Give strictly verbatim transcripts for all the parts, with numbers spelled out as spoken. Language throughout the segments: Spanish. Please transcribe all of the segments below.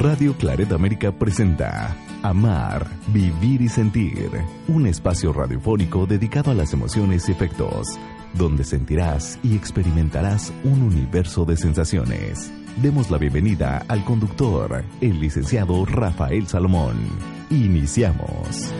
Radio Claret América presenta Amar, Vivir y Sentir, un espacio radiofónico dedicado a las emociones y efectos, donde sentirás y experimentarás un universo de sensaciones. Demos la bienvenida al conductor, el licenciado Rafael Salomón. Iniciamos.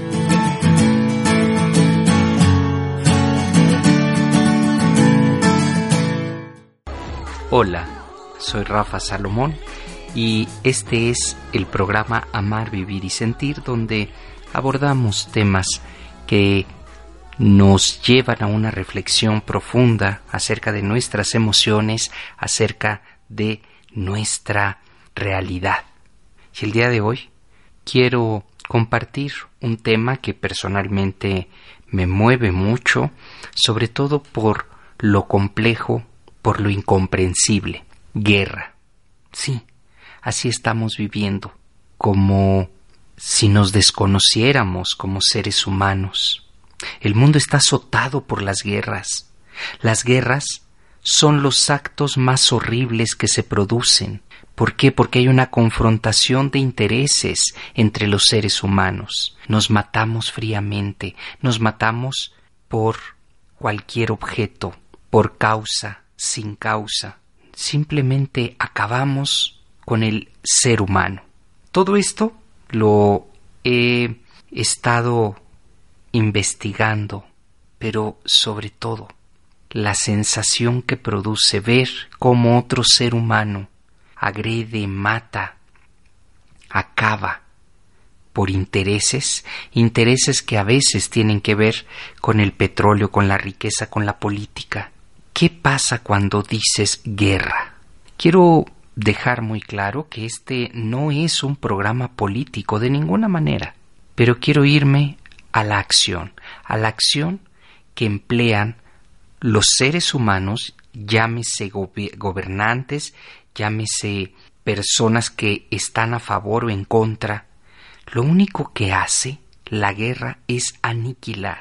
Hola, soy Rafa Salomón y este es el programa Amar, Vivir y Sentir, donde abordamos temas que nos llevan a una reflexión profunda acerca de nuestras emociones, acerca de nuestra realidad. Y el día de hoy quiero compartir un tema que personalmente me mueve mucho, sobre todo por lo complejo, por lo incomprensible. Guerra. Sí, así estamos viviendo, como si nos desconociéramos como seres humanos. El mundo está azotado por las guerras. Las guerras son los actos más horribles que se producen. ¿Por qué? Porque hay una confrontación de intereses entre los seres humanos. Nos matamos fríamente, nos matamos por cualquier objeto, por causa, sin causa. Simplemente acabamos con el ser humano. Todo esto lo he estado investigando, pero sobre todo la sensación que produce ver cómo otro ser humano agrede, mata, acaba por intereses, intereses que a veces tienen que ver con el petróleo, con la riqueza, con la política. ¿Qué pasa cuando dices guerra? Quiero dejar muy claro que este no es un programa político de ninguna manera, pero quiero irme a la acción, a la acción que emplean los seres humanos, llámese gober- gobernantes, llámese personas que están a favor o en contra. Lo único que hace la guerra es aniquilar,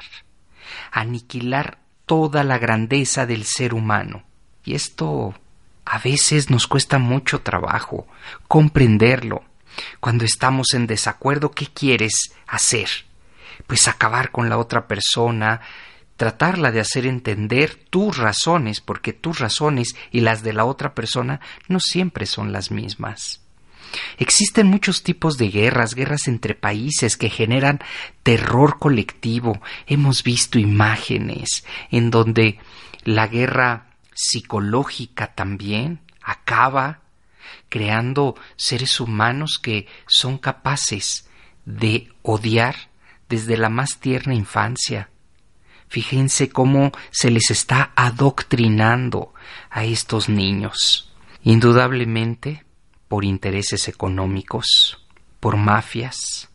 aniquilar toda la grandeza del ser humano. Y esto a veces nos cuesta mucho trabajo comprenderlo. Cuando estamos en desacuerdo, ¿qué quieres hacer? Pues acabar con la otra persona, tratarla de hacer entender tus razones, porque tus razones y las de la otra persona no siempre son las mismas. Existen muchos tipos de guerras, guerras entre países que generan terror colectivo. Hemos visto imágenes en donde la guerra psicológica también acaba creando seres humanos que son capaces de odiar desde la más tierna infancia. Fíjense cómo se les está adoctrinando a estos niños. Indudablemente por intereses económicos, por mafias,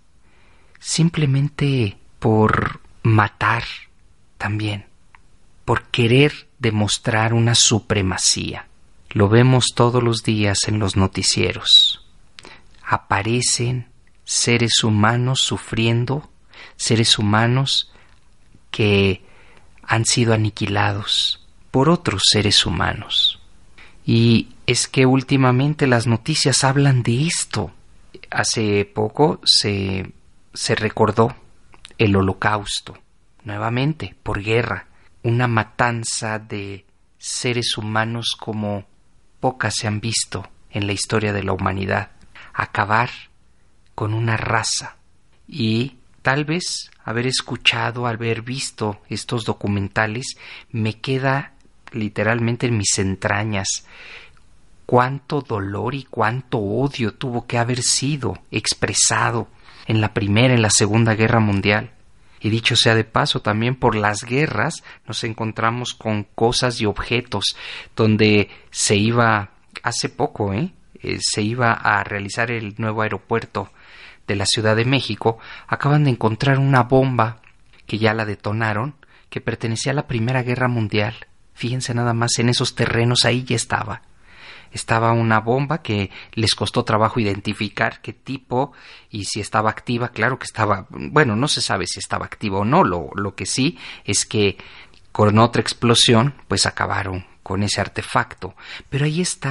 simplemente por matar también, por querer demostrar una supremacía. Lo vemos todos los días en los noticieros. Aparecen seres humanos sufriendo, seres humanos que han sido aniquilados por otros seres humanos. Y es que últimamente las noticias hablan de esto. Hace poco se, se recordó el Holocausto, nuevamente por guerra, una matanza de seres humanos como pocas se han visto en la historia de la humanidad. Acabar con una raza. Y tal vez haber escuchado, haber visto estos documentales, me queda literalmente en mis entrañas cuánto dolor y cuánto odio tuvo que haber sido expresado en la Primera y en la Segunda Guerra Mundial. Y dicho sea de paso, también por las guerras nos encontramos con cosas y objetos donde se iba, hace poco, ¿eh? Eh, se iba a realizar el nuevo aeropuerto de la Ciudad de México. Acaban de encontrar una bomba que ya la detonaron, que pertenecía a la Primera Guerra Mundial. Fíjense nada más, en esos terrenos ahí ya estaba. Estaba una bomba que les costó trabajo identificar qué tipo y si estaba activa. Claro que estaba, bueno, no se sabe si estaba activa o no. Lo, lo que sí es que con otra explosión, pues acabaron con ese artefacto. Pero ahí está.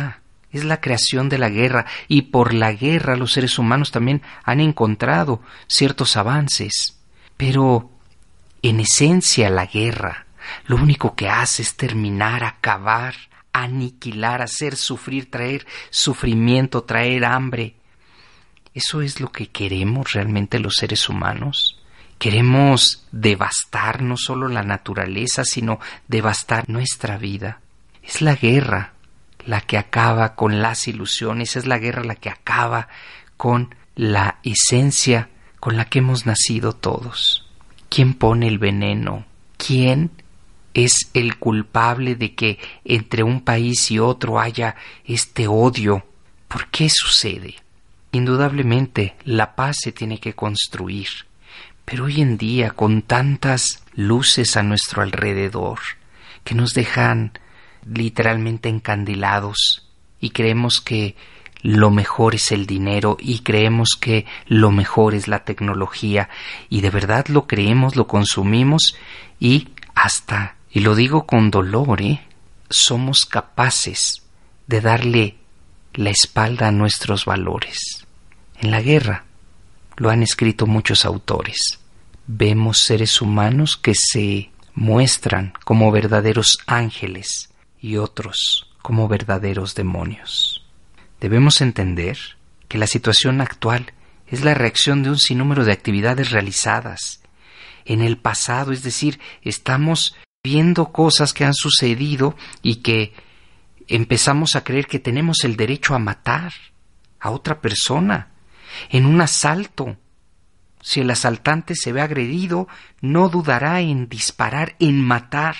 es la creación de la guerra, y por la guerra los seres humanos también han encontrado ciertos avances. Pero, en esencia, la guerra lo único que hace es terminar, acabar, aniquilar, hacer sufrir, traer sufrimiento, traer hambre. ¿Eso es lo que queremos realmente los seres humanos? ¿Queremos devastar no solo la naturaleza, sino devastar nuestra vida? Es la guerra la que acaba con las ilusiones, es la guerra la que acaba con la esencia con la que hemos nacido todos. ¿Quién pone el veneno? ¿Quién es el culpable de que entre un país y otro haya este odio? ¿Por qué sucede? Indudablemente, la paz se tiene que construir, pero hoy en día, con tantas luces a nuestro alrededor que nos dejan literalmente encandilados, y creemos que lo mejor es el dinero, y creemos que lo mejor es la tecnología, y de verdad lo creemos, lo consumimos, y hasta, y lo digo con dolor, ¿eh? somos capaces de darle la espalda a nuestros valores. En la guerra, lo han escrito muchos autores, vemos seres humanos que se muestran como verdaderos ángeles y otros como verdaderos demonios. Debemos entender que la situación actual es la reacción de un sinnúmero de actividades realizadas en el pasado, es decir, estamos viendo cosas que han sucedido y que empezamos a creer que tenemos el derecho a matar a otra persona en un asalto. Si el asaltante se ve agredido, no dudará en disparar, en matar.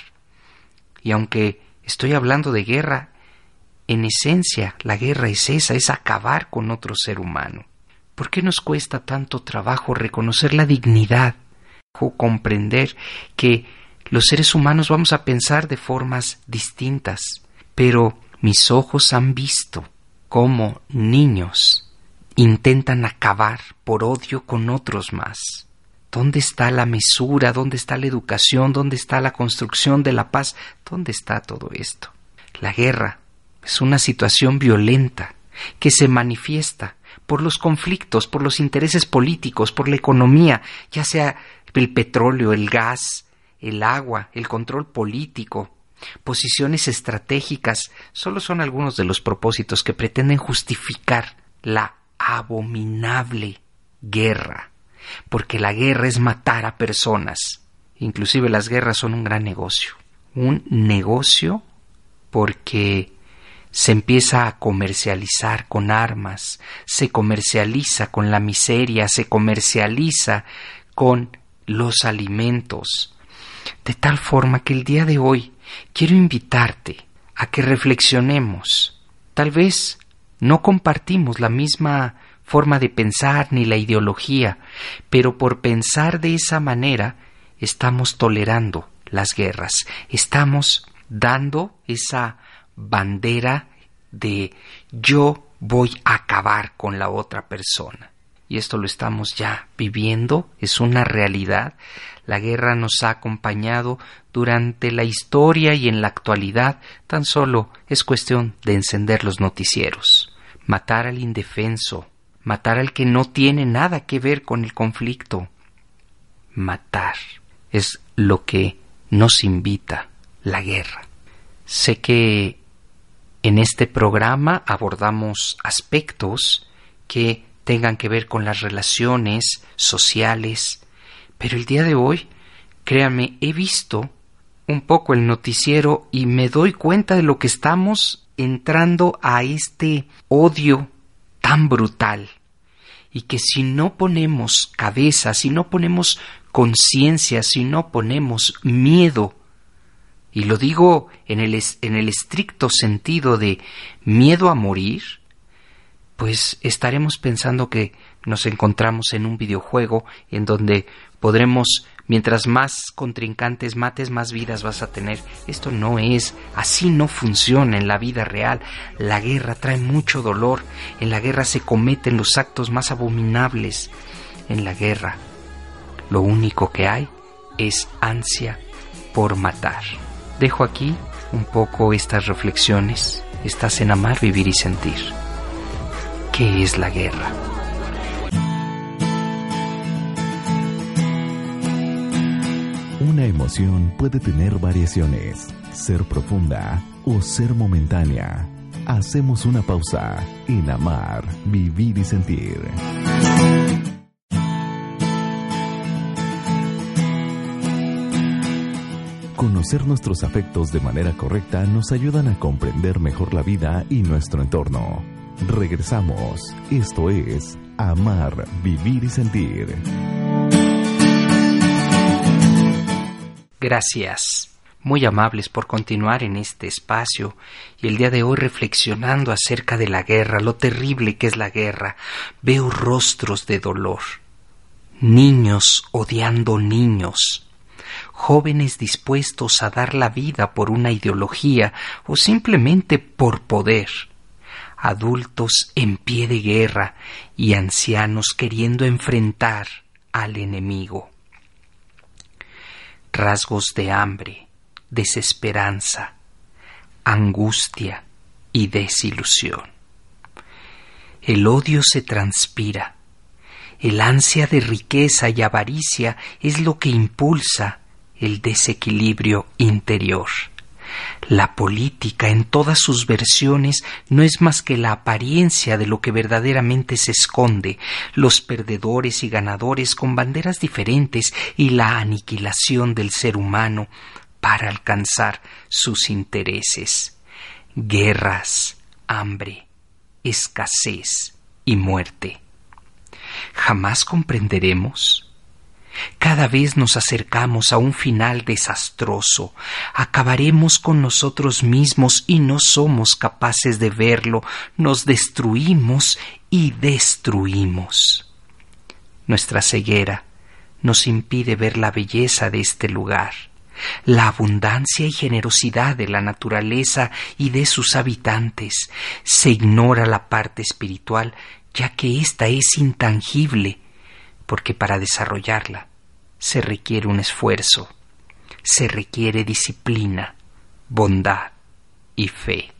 Y aunque estoy hablando de guerra, en esencia la guerra es esa, es acabar con otro ser humano. ¿Por qué nos cuesta tanto trabajo reconocer la dignidad o comprender que los seres humanos vamos a pensar de formas distintas? Pero mis ojos han visto cómo niños intentan acabar por odio con otros más. ¿Dónde está la mesura? ¿Dónde está la educación? ¿Dónde está la construcción de la paz? ¿Dónde está todo esto? La guerra es una situación violenta que se manifiesta por los conflictos, por los intereses políticos, por la economía, ya sea el petróleo, el gas, el agua, el control político, posiciones estratégicas. Solo son algunos de los propósitos que pretenden justificar la abominable guerra, porque la guerra es matar a personas. Inclusive las guerras son un gran negocio, un negocio porque se empieza a comercializar con armas, se comercializa con la miseria, se comercializa con los alimentos, de tal forma que el día de hoy quiero invitarte a que reflexionemos. Tal vez no compartimos la misma forma de pensar ni la ideología, pero por pensar de esa manera estamos tolerando las guerras, estamos dando esa bandera de yo voy a acabar con la otra persona. Y esto lo estamos ya viviendo, es una realidad. La guerra nos ha acompañado durante la historia y en la actualidad. Tan solo es cuestión de encender los noticieros, matar al indefenso, matar al que no tiene nada que ver con el conflicto. Matar es lo que nos invita la guerra. Sé que en este programa abordamos aspectos que tengan que ver con las relaciones sociales, pero el día de hoy, créanme, he visto un poco el noticiero y me doy cuenta de lo que estamos entrando a este odio tan brutal, y que si no ponemos cabeza, si no ponemos conciencia, si no ponemos miedo, y lo digo en el, en el estricto sentido de miedo a morir, pues estaremos pensando que nos encontramos en un videojuego en donde podremos, mientras más contrincantes mates, más vidas vas a tener. Esto no es, así no funciona en la vida real. La guerra trae mucho dolor, en la guerra se cometen los actos más abominables. En la guerra, lo único que hay es ansia por matar. Dejo aquí un poco estas reflexiones. Estás en Amar, Vivir y Sentir. ¿Qué es la guerra? Una emoción puede tener variaciones, ser profunda o ser momentánea. Hacemos una pausa en Amar, Vivir y Sentir. Conocer nuestros afectos de manera correcta nos ayudan a comprender mejor la vida y nuestro entorno. Regresamos. Esto es Amar, Vivir y Sentir. Gracias, muy amables por continuar en este espacio y el día de hoy reflexionando acerca de la guerra, lo terrible que es la guerra. Veo rostros de dolor, niños odiando niños, jóvenes dispuestos a dar la vida por una ideología o simplemente por poder, adultos en pie de guerra y ancianos queriendo enfrentar al enemigo. Rasgos de hambre, desesperanza, angustia y desilusión. El odio se transpira. El ansia de riqueza y avaricia es lo que impulsa el desequilibrio interior. La política en todas sus versiones no es más que la apariencia de lo que verdaderamente se esconde, los perdedores y ganadores con banderas diferentes y la aniquilación del ser humano para alcanzar sus intereses. Guerras, hambre, escasez y muerte. ¿Jamás comprenderemos? Cada vez nos acercamos a un final desastroso. Acabaremos con nosotros mismos y no somos capaces de verlo. Nos destruimos y destruimos. Nuestra ceguera nos impide ver la belleza de este lugar, la abundancia y generosidad de la naturaleza y de sus habitantes. Se ignora la parte espiritual, ya que ésta es intangible, porque para desarrollarla se requiere un esfuerzo, se requiere disciplina, bondad y fe.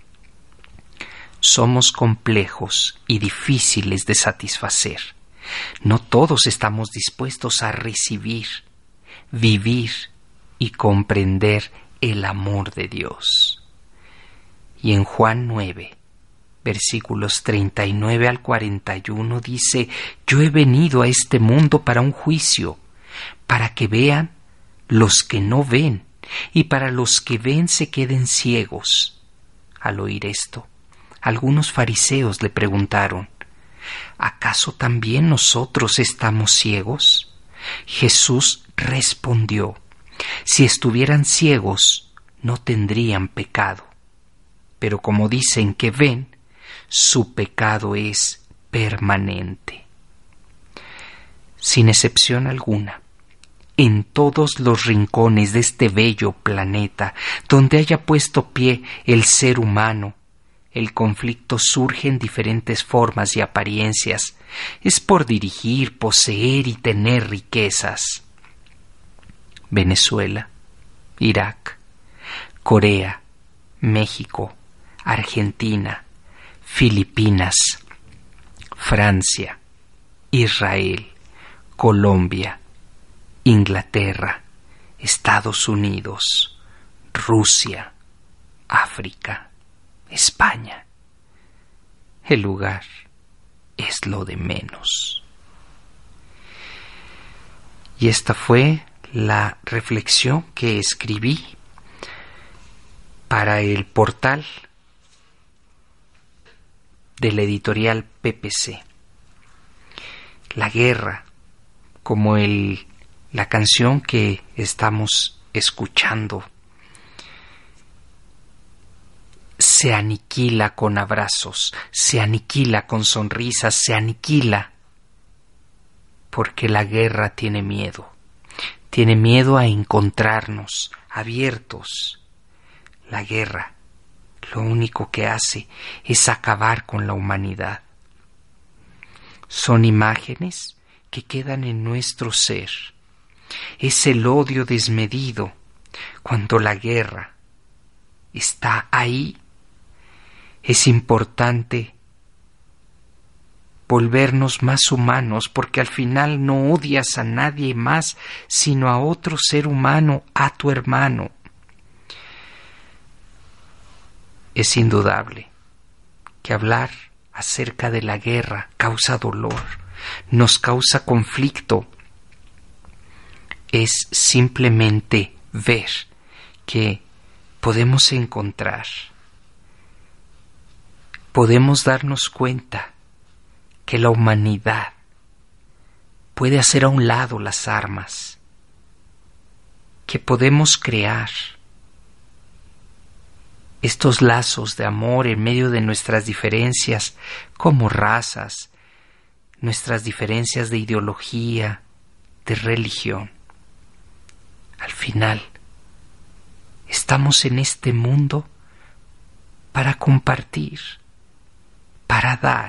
Somos complejos y difíciles de satisfacer. No todos estamos dispuestos a recibir, vivir y comprender el amor de Dios. Y en Juan nueve, versículos treinta y nueve al cuarenta y uno dice: Yo he venido a este mundo para un juicio, para que vean los que no ven, y para los que ven se queden ciegos. Al oír esto, algunos fariseos le preguntaron: ¿acaso también nosotros estamos ciegos? Jesús respondió: si estuvieran ciegos, no tendrían pecado. Pero como dicen que ven, su pecado es permanente. Sin excepción alguna, en todos los rincones de este bello planeta donde haya puesto pie el ser humano, el conflicto surge en diferentes formas y apariencias. Es por dirigir, poseer y tener riquezas. Venezuela, Irak, Corea, México, Argentina, Filipinas, Francia, Israel, Colombia, Inglaterra, Estados Unidos, Rusia, África, España. El lugar es lo de menos. Y esta fue la reflexión que escribí para el portal de la editorial P P C. La guerra, como el, la canción que estamos escuchando, se aniquila con abrazos, se aniquila con sonrisas, se aniquila porque la guerra tiene miedo. Tiene miedo a encontrarnos abiertos. La guerra lo único que hace es acabar con la humanidad. Son imágenes que quedan en nuestro ser. Es el odio desmedido cuando la guerra está ahí. Es importante volvernos más humanos, porque al final no odias a nadie más, sino a otro ser humano, a tu hermano. Es indudable que hablar acerca de la guerra causa dolor, nos causa conflicto. Es simplemente ver que podemos encontrar, podemos darnos cuenta que la humanidad puede hacer a un lado las armas, que podemos crear estos lazos de amor en medio de nuestras diferencias como razas, nuestras diferencias de ideología, de religión. Al final, estamos en este mundo para compartir, para dar.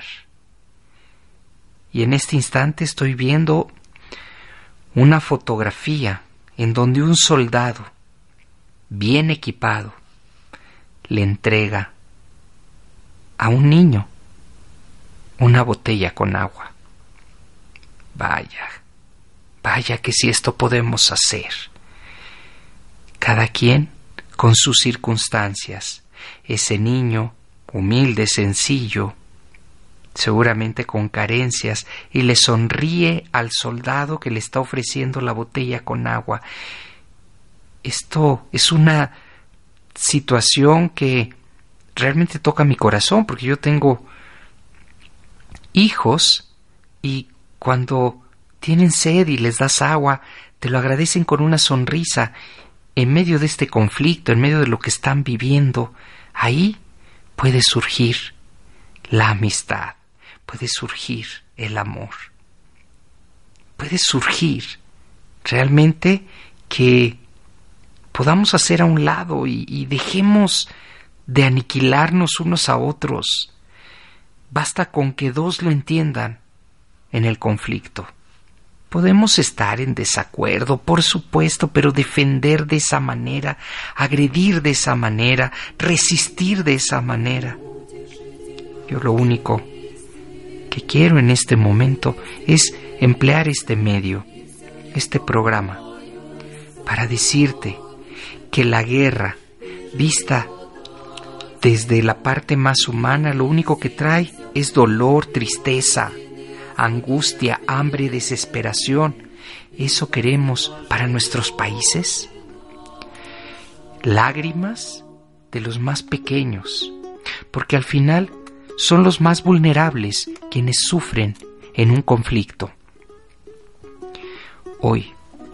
Y en este instante estoy viendo una fotografía en donde un soldado, bien equipado, le entrega a un niño una botella con agua. Vaya, vaya que si esto podemos hacer. Cada quien con sus circunstancias. Ese niño, humilde, sencillo, seguramente con carencias, y le sonríe al soldado que le está ofreciendo la botella con agua. Esto es una situación que realmente toca mi corazón, porque yo tengo hijos y cuando tienen sed y les das agua, te lo agradecen con una sonrisa. En medio de este conflicto, en medio de lo que están viviendo, ahí puede surgir la amistad, puede surgir el amor, puede surgir realmente que podamos hacer a un lado y, y dejemos de aniquilarnos unos a otros. Basta con que dos lo entiendan en el conflicto. Podemos estar en desacuerdo, por supuesto, pero defender de esa manera, agredir de esa manera, resistir de esa manera. Yo lo único que quiero en este momento es emplear este medio, este programa, para decirte que la guerra, vista desde la parte más humana, lo único que trae es dolor, tristeza, angustia, hambre, desesperación. ¿Eso queremos para nuestros países? Lágrimas de los más pequeños, porque al final son los más vulnerables quienes sufren en un conflicto. Hoy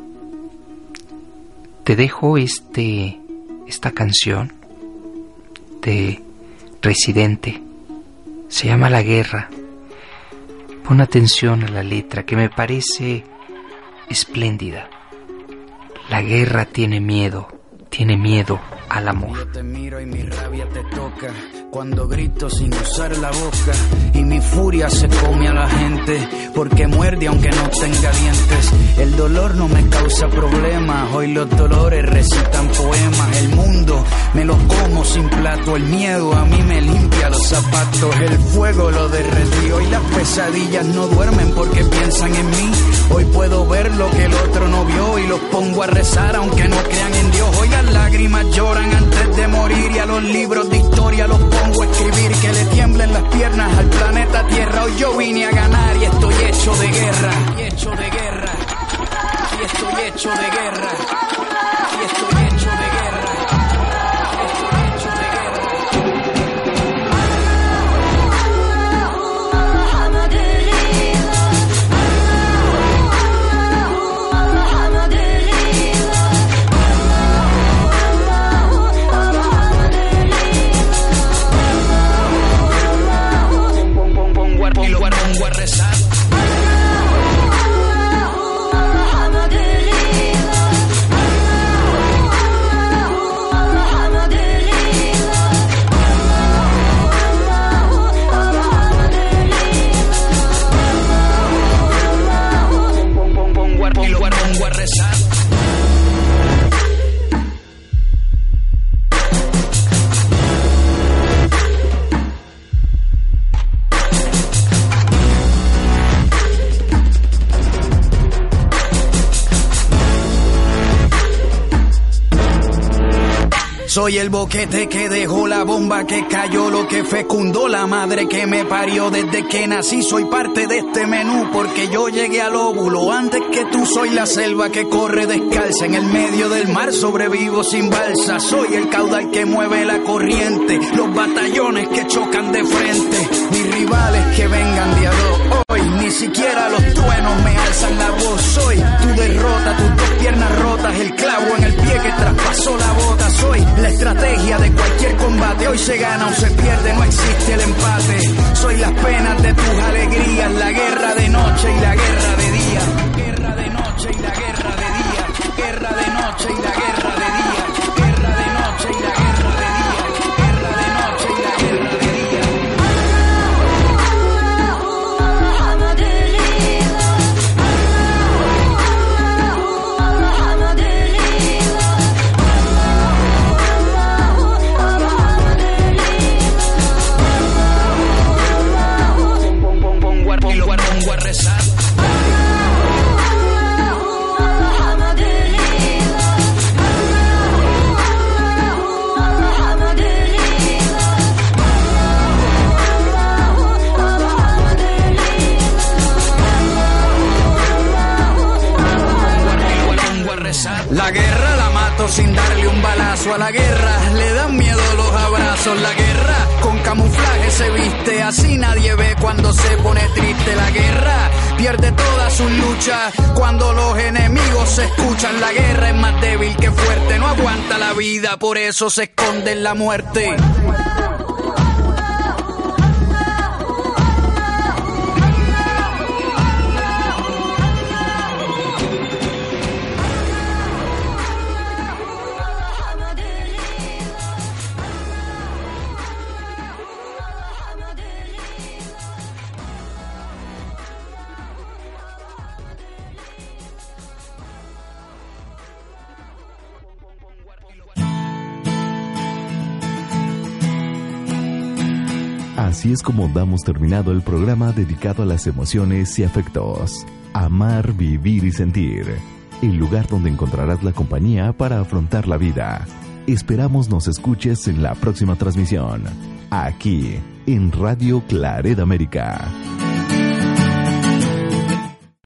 te dejo este, esta canción de Residente. Se llama La Guerra. Pon atención a la letra, que me parece espléndida. La guerra tiene miedo, tiene miedo al amor. Yo te miro y mi rabia te toca, cuando grito sin usar la boca, y mi furia se come a la gente, porque muerde aunque no tenga dientes. El dolor no me causa problemas, hoy los dolores recitan poemas. El mundo me lo como sin plato, el miedo a mí me limpia los zapatos. El fuego lo derretí, hoy las pesadillas no duermen porque piensan en mí. Hoy puedo ver lo que el otro no vio y los pongo a rezar aunque no crean en Dios. Hoy las lágrimas lloran antes de morir y a los libros de historia los pongo a escribir. Que le tiemblen las piernas al planeta Tierra. Hoy yo vine a ganar y estoy hecho de guerra. Y hecho de guerra. Y estoy hecho de guerra. Y estoy hecho de guerra. Estoy hecho de guerra. Soy el boquete que dejó la bomba que cayó, lo que fecundó la madre que me parió. Desde que nací soy parte de este menú, porque yo llegué al óvulo antes que tú. Soy la selva que corre descalza, en el medio del mar sobrevivo sin balsa. Soy el caudal que mueve la corriente, los batallones que chocan de frente. Mis rivales que vengan de a dos hoy, ni siquiera los truenos me alzan la voz. Soy tu derrota, tus dos piernas rotas, el clavo en el pie que traspasó la bota. Soy la estrategia de cualquier combate, hoy se gana o se pierde, no existe el empate. Soy las penas de tus alegrías, la guerra de noche y la guerra de día. Guerra de noche y la guerra de día. Guerra de noche y la guerra de día. Guerra de noche y la guerra de día. Guerra de noche y la guerra de día. La guerra la mato sin darle un balazo. A la guerra le dan miedo los abrazos. La guerra con camuflaje se viste, así nadie ve cuando se pone triste. La guerra pierde todas sus luchas cuando los enemigos se escuchan. La guerra es más débil que fuerte, no aguanta la vida, por eso se esconde en la muerte. Así es como damos terminado el programa dedicado a las emociones y afectos. Amar, vivir y sentir. El lugar donde encontrarás la compañía para afrontar la vida. Esperamos nos escuches en la próxima transmisión. Aquí, en Radio Claret América.